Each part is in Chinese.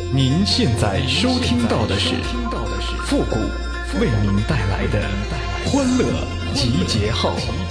您现在收听到的是复古为您带来的欢乐集结号。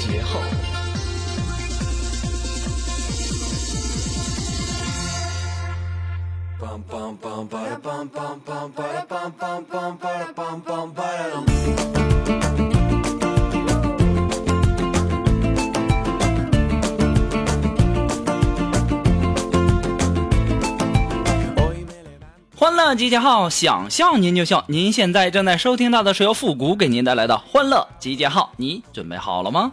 欢乐集结号，想笑您就笑。您现在正在收听到的是由复古给您带来的欢乐集结号，你准备好了吗？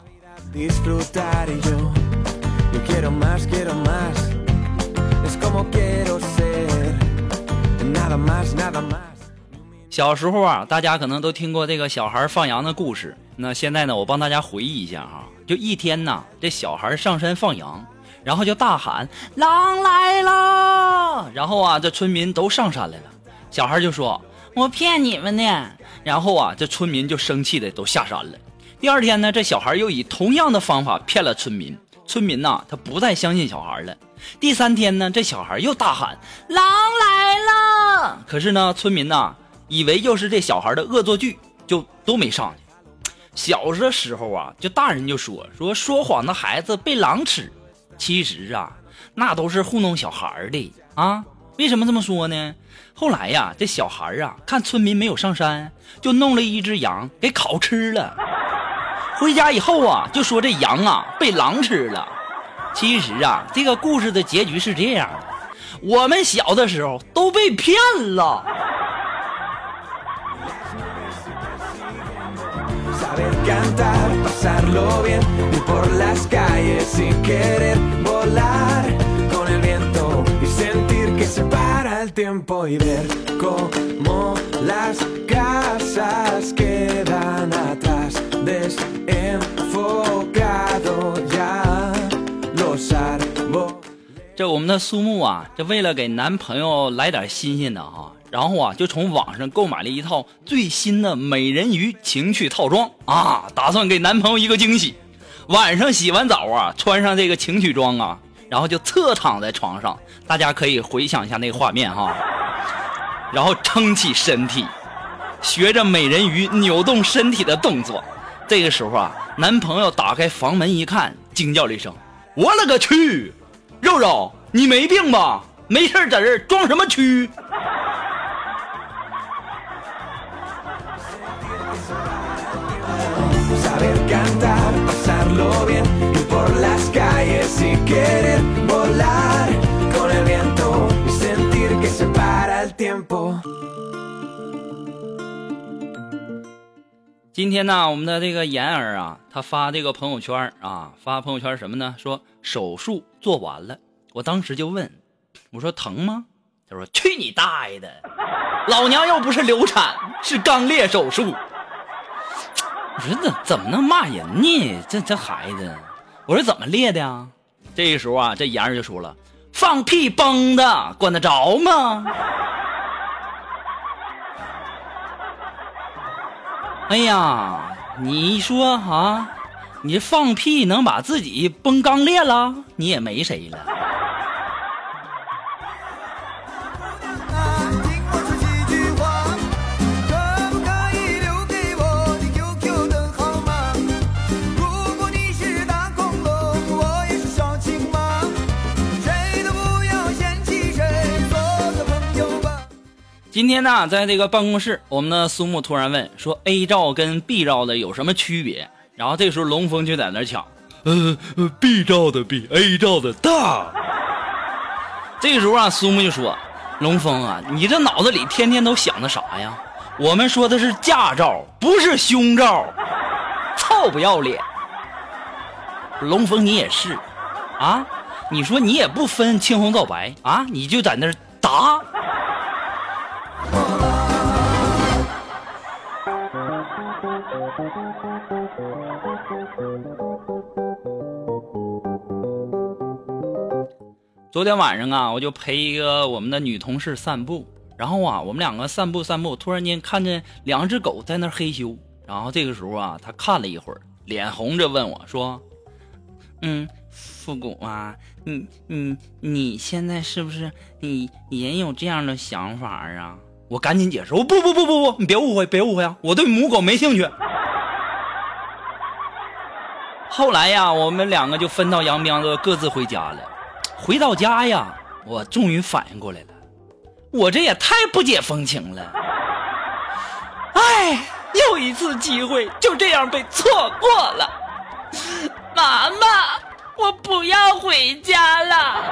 小时候啊，大家可能都听过这个小孩放羊的故事。那现在呢，我帮大家回忆一下哈。就一天呢，这小孩上山放羊，然后就大喊狼来了，然后啊这村民都上山来了，小孩就说我骗你们呢，然后啊这村民就生气的都下山了。第二天呢，这小孩又以同样的方法骗了村民，村民呢他不再相信小孩了。第三天呢，这小孩又大喊狼来了，可是呢村民呢以为又是这小孩的恶作剧，就都没上去。小的时候啊，就大人就说谎的孩子被狼吃，其实啊那都是糊弄小孩的啊。为什么这么说呢？后来呀，这小孩啊看村民没有上山，就弄了一只羊给烤吃了。回家以后啊，就说这羊啊被狼吃了。其实啊，这个故事的结局是这样的，我们小的时候都被骗了。这我们的苏木啊，这为了给男朋友来点新鲜的哈，然后啊就从网上购买了一套最新的美人鱼情趣套装啊，打算给男朋友一个惊喜。晚上洗完澡啊，穿上这个情趣装啊，然后就侧躺在床上，大家可以回想一下那个画面哈，然后撑起身体，学着美人鱼扭动身体的动作。这个时候啊，男朋友打开房门一看，惊叫了一声：我勒个去！肉肉，你没病吧？没事在这装什么蛆？今天呢，我们的这个妍儿啊，他发这个朋友圈啊，发朋友圈什么呢？说手术做完了。我当时就问，我说疼吗？他说去你大爷的，老娘又不是流产，是肛裂手术。我说怎么能骂人呢？这孩子，我说怎么裂的呀？这个时候啊，这妍儿就说了，放屁崩的，管得着吗？哎呀，你说啊，你放屁能把自己崩肛裂了，你也没谁了。今天呢，在这个办公室，我们的苏木突然问说 A 罩跟 B 罩的有什么区别？然后这时候龙峰就在那抢，B 罩的比 A 罩的大。这个时候啊，苏木就说，龙峰啊，你这脑子里天天都想的啥呀？我们说的是驾照，不是胸罩，臭不要脸。龙峰你也是啊，你说你也不分青红皂白啊，你就在那儿答。昨天晚上啊，我就陪一个我们的女同事散步，然后啊，我们两个散步，突然间看见两只狗在那儿嘿咻，然后这个时候啊，她看了一会儿，脸红着问我说：“复古啊， 你现在是不是你也有这样的想法啊？我赶紧解释，我不，你别误会啊，我对母狗没兴趣。后来呀，我们两个就分道扬镳的各自回家了。回到家呀，我终于反应过来了，我这也太不解风情了。哎，又一次机会就这样被错过了。妈妈，我不要回家了。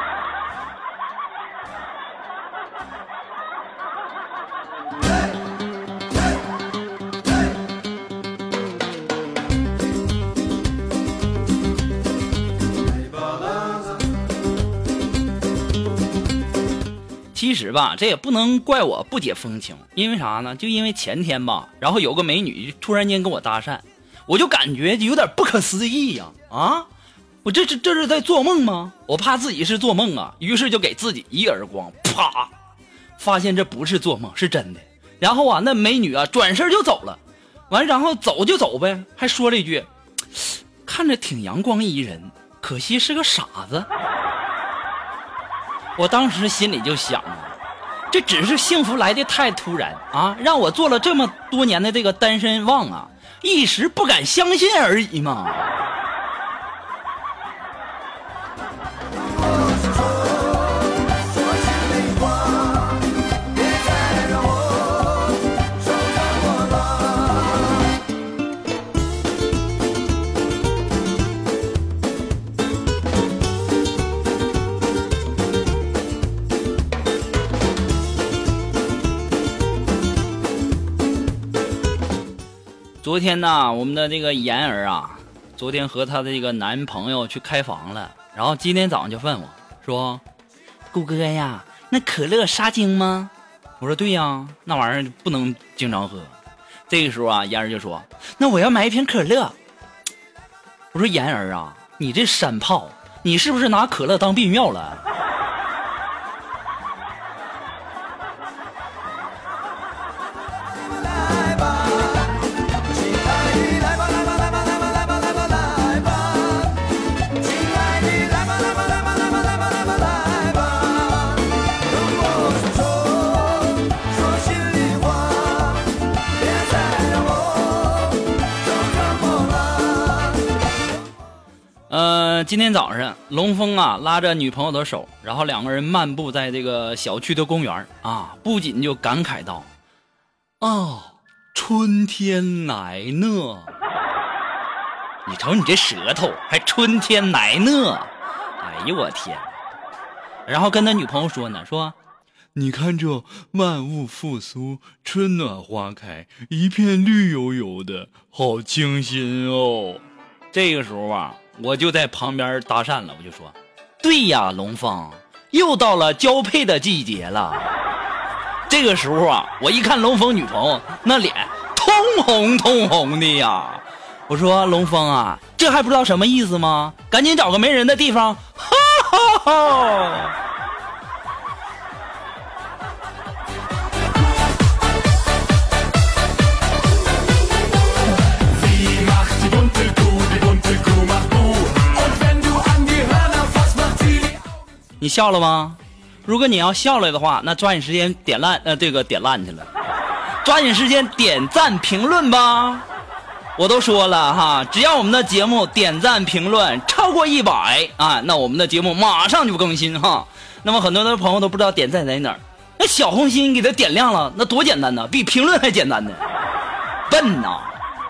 其实吧，这也不能怪我不解风情，因为啥呢？就因为前天吧，然后有个美女突然间跟我搭讪，我就感觉有点不可思议呀！我这是在做梦吗？我怕自己是做梦啊，于是就给自己一耳光，啪！发现这不是做梦，是真的。然后啊，那美女啊转身就走了，完然后走就走呗，还说了一句：“看着挺阳光宜人，可惜是个傻子。”我当时心里就想啊，这只是幸福来的太突然啊，让我做了这么多年的这个单身汪啊，一时不敢相信而已嘛。昨天呢，我们的这个妍儿啊，昨天和她的这个男朋友去开房了，然后今天早上就问我说：“顾哥呀，那可乐杀精吗？”我说：“对呀，那玩意儿不能经常喝。”这个时候啊，妍儿就说：“那我要买一瓶可乐。”我说：“妍儿啊，你这山炮，你是不是拿可乐当避孕药了？”今天早上龙峰啊拉着女朋友的手，然后两个人漫步在这个小区的公园啊，不仅就感慨道：“哦，春天来呢。”你瞅你这舌头，还春天来呢！哎呦我天！然后跟他女朋友说呢，说：“你看这万物复苏，春暖花开，一片绿油油的，好清新哦。”这个时候啊，我就在旁边搭讪了，我就说：“对呀，龙凤，又到了交配的季节了。”这个时候啊，我一看龙凤女朋友那脸通红的呀，我说：“龙凤啊，这还不知道什么意思吗？赶紧找个没人的地方，哈哈哈！”你笑了吗？如果你要笑了的话，那抓紧时间点烂去了，抓紧时间点赞评论吧。我都说了哈，只要我们的节目点赞评论超过100啊，那我们的节目马上就更新哈。那么很多的朋友都不知道点赞在哪儿，那小红心给它点亮了，那多简单呢，比评论还简单呢，笨呐。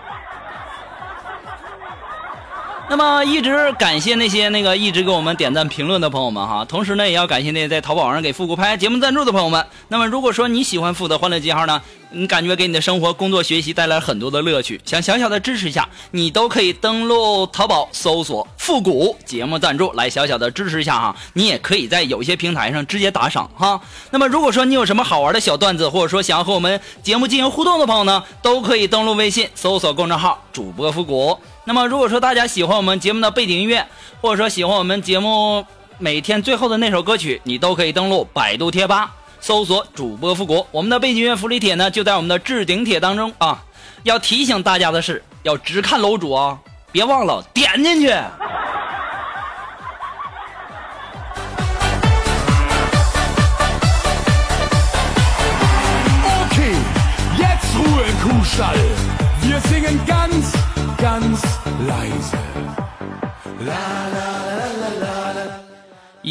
那么一直感谢那些一直给我们点赞评论的朋友们哈，同时呢也要感谢那些在淘宝上给复古拍节目赞助的朋友们。那么如果说你喜欢复古的欢乐记号呢，你感觉给你的生活工作学习带来很多的乐趣，想小小的支持一下，你都可以登录淘宝搜索复古节目赞助来小小的支持一下哈。你也可以在有些平台上直接打赏哈。那么如果说你有什么好玩的小段子，或者说想要和我们节目进行互动的朋友呢，都可以登录微信搜索公众号主播复古。那么如果说大家喜欢我们节目的背景音乐，或者说喜欢我们节目每天最后的那首歌曲，你都可以登录百度贴吧搜索主播复古。我们的背景音乐福利帖呢就在我们的置顶帖当中啊。要提醒大家的是，要只看楼主啊，别忘了点进去。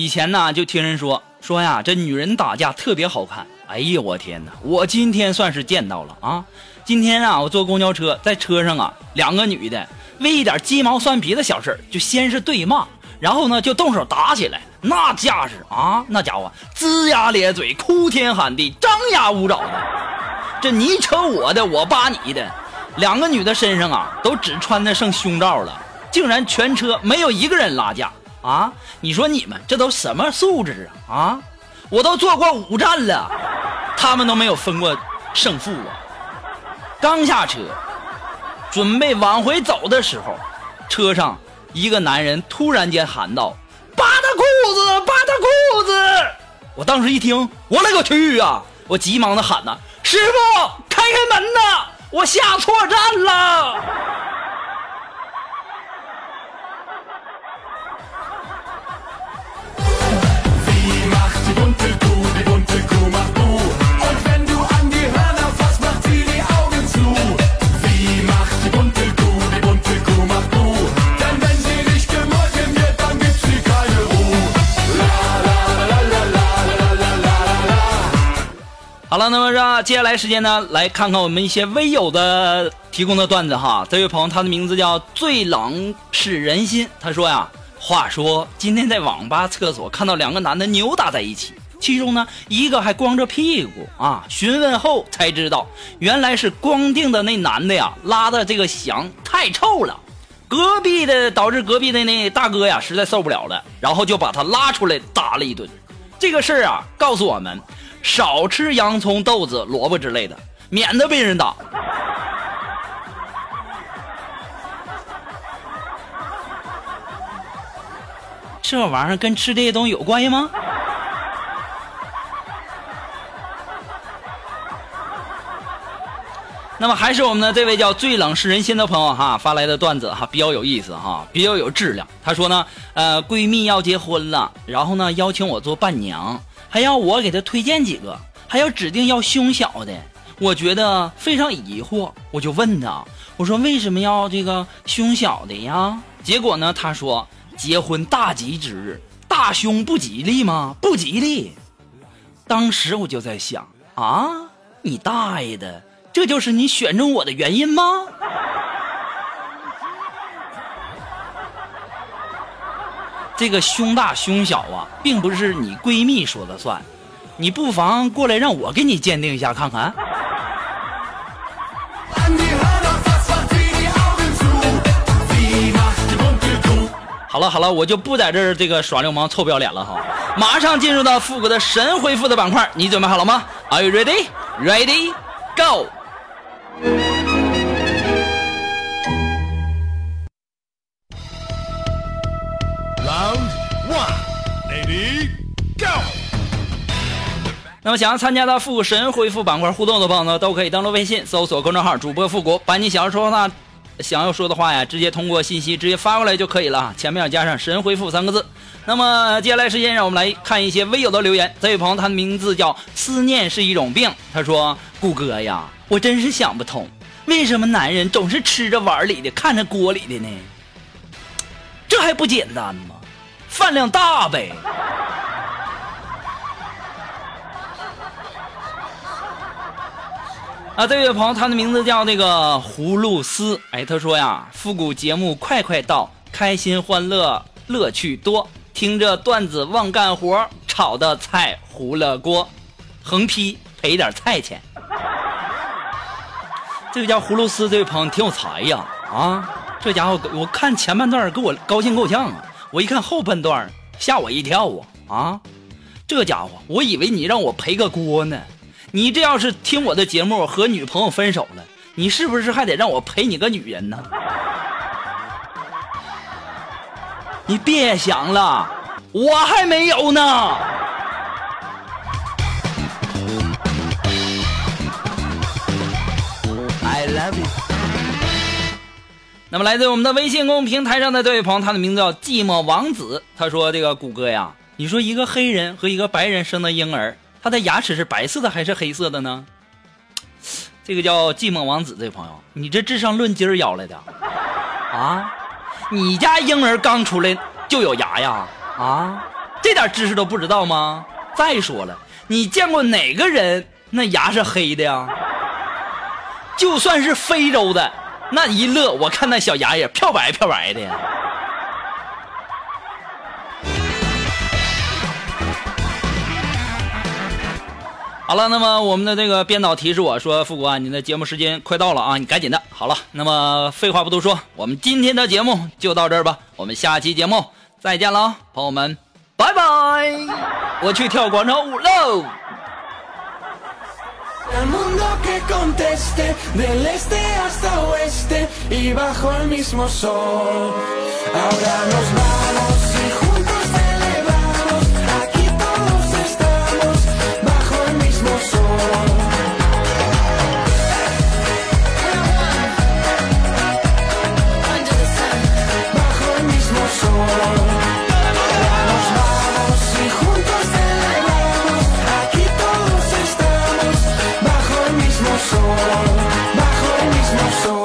以前呢就听人说呀，这女人打架特别好看。哎呀，我天哪，我今天算是见到了啊！今天啊，我坐公交车，在车上啊，2个女的为一点鸡毛蒜皮的小事就先是对骂，然后呢就动手打起来，那架势啊，那家伙龇牙咧嘴，哭天喊地，张牙舞爪的。这你扯我的，我扒你的，2个女的身上啊都只穿的剩胸罩了，竟然全车没有一个人拉架啊！你说你们这都什么素质啊？我都坐过5站了，他们都没有分过胜负啊！刚下车，准备往回走的时候，车上一个男人突然间喊道：“扒他裤子，扒他裤子！”我当时一听，我勒个去啊！我急忙的喊呐：“师傅，开门呐！我下错站了！”好了，那么接下来时间呢，来看看我们一些微友的提供的段子哈。这位朋友他的名字叫最冷使人心，他说呀，话说今天在网吧厕所看到2个男的扭打在一起，其中呢一个还光着屁股啊，询问后才知道原来是光腚的那男的呀拉的这个翔太臭了，导致隔壁的那大哥呀实在受不了了，然后就把他拉出来打了一顿。这个事儿啊告诉我们，少吃洋葱、豆子、萝卜之类的，免得被人打。这玩意儿跟吃这些东西有关系吗？那么还是我们的这位叫最冷是人心的朋友哈发来的段子哈，比较有意思哈，比较有质量。他说呢，闺蜜要结婚了，然后呢邀请我做伴娘，还要我给她推荐几个，还要指定要胸小的。我觉得非常疑惑，我就问她，我说为什么要这个胸小的呀？结果呢，她说结婚大吉之日，大胸不吉利吗？不吉利。当时我就在想啊，你大爷的！这就是你选中我的原因吗？这个胸大胸小啊，并不是你闺蜜说了算，你不妨过来让我给你鉴定一下看看。好了，我就不在这个耍流氓臭不要脸了哈，马上进入到复古的神回复的板块，你准备好了吗？ Are you ready? Ready? Go!那么想要参加到复古神回复板块互动的朋友呢，都可以登录微信搜索公众号主播复古，把你想要说的话呀，直接通过信息直接发过来就可以了，前面要加上神回复3个字。那么接下来时间让我们来看一些微友的留言。这位朋友他的名字叫思念是一种病，他说，顾哥呀，我真是想不通，为什么男人总是吃着碗里的看着锅里的呢？这还不简单吗？饭量大呗。这位朋友他的名字叫那个葫芦丝，他说呀，复古节目快到，开心欢乐乐趣多，听着段子忘干活，炒的菜糊了锅，横批赔点菜钱。这个叫葫芦丝这位朋友挺有才呀啊！这家伙我看前半段给我高兴够呛啊，我一看后半段吓我一跳啊！这家伙我以为你让我赔个锅呢，你这要是听我的节目和女朋友分手了，你是不是还得让我陪你个女人呢？你别想了，我还没有呢。I love you。那么来自我们的微信公众平台上的这位朋友，他的名字叫寂寞王子，他说，这个谷歌呀，你说一个黑人和一个白人生的婴儿，他的牙齿是白色的还是黑色的呢？这个叫寂寞王子这位朋友，你这智商论斤要来的啊？你家婴儿刚出来就有牙呀？啊？ 这点知识都不知道吗？再说了，你见过哪个人那牙是黑的呀？就算是非洲的，那一乐，我看那小牙也漂白漂白的呀。好了，那么我们的这个编导提示我说，复古啊，你的节目时间快到了啊，你赶紧的。好了，那么废话不多说，我们今天的节目就到这儿吧，我们下期节目再见了啊，朋友们，拜拜！我去跳广场舞喽。 Al mundo que conteste, del este hasta oeste y bajo el mismo sol. Ahora nos vamos y juntos celebramos, aquí todos estamos bajo el mismo sol. Bajo el mismo sol. Ahora nos vamos y juntos celebramos, aquí todos estamos bajo el mismo sol.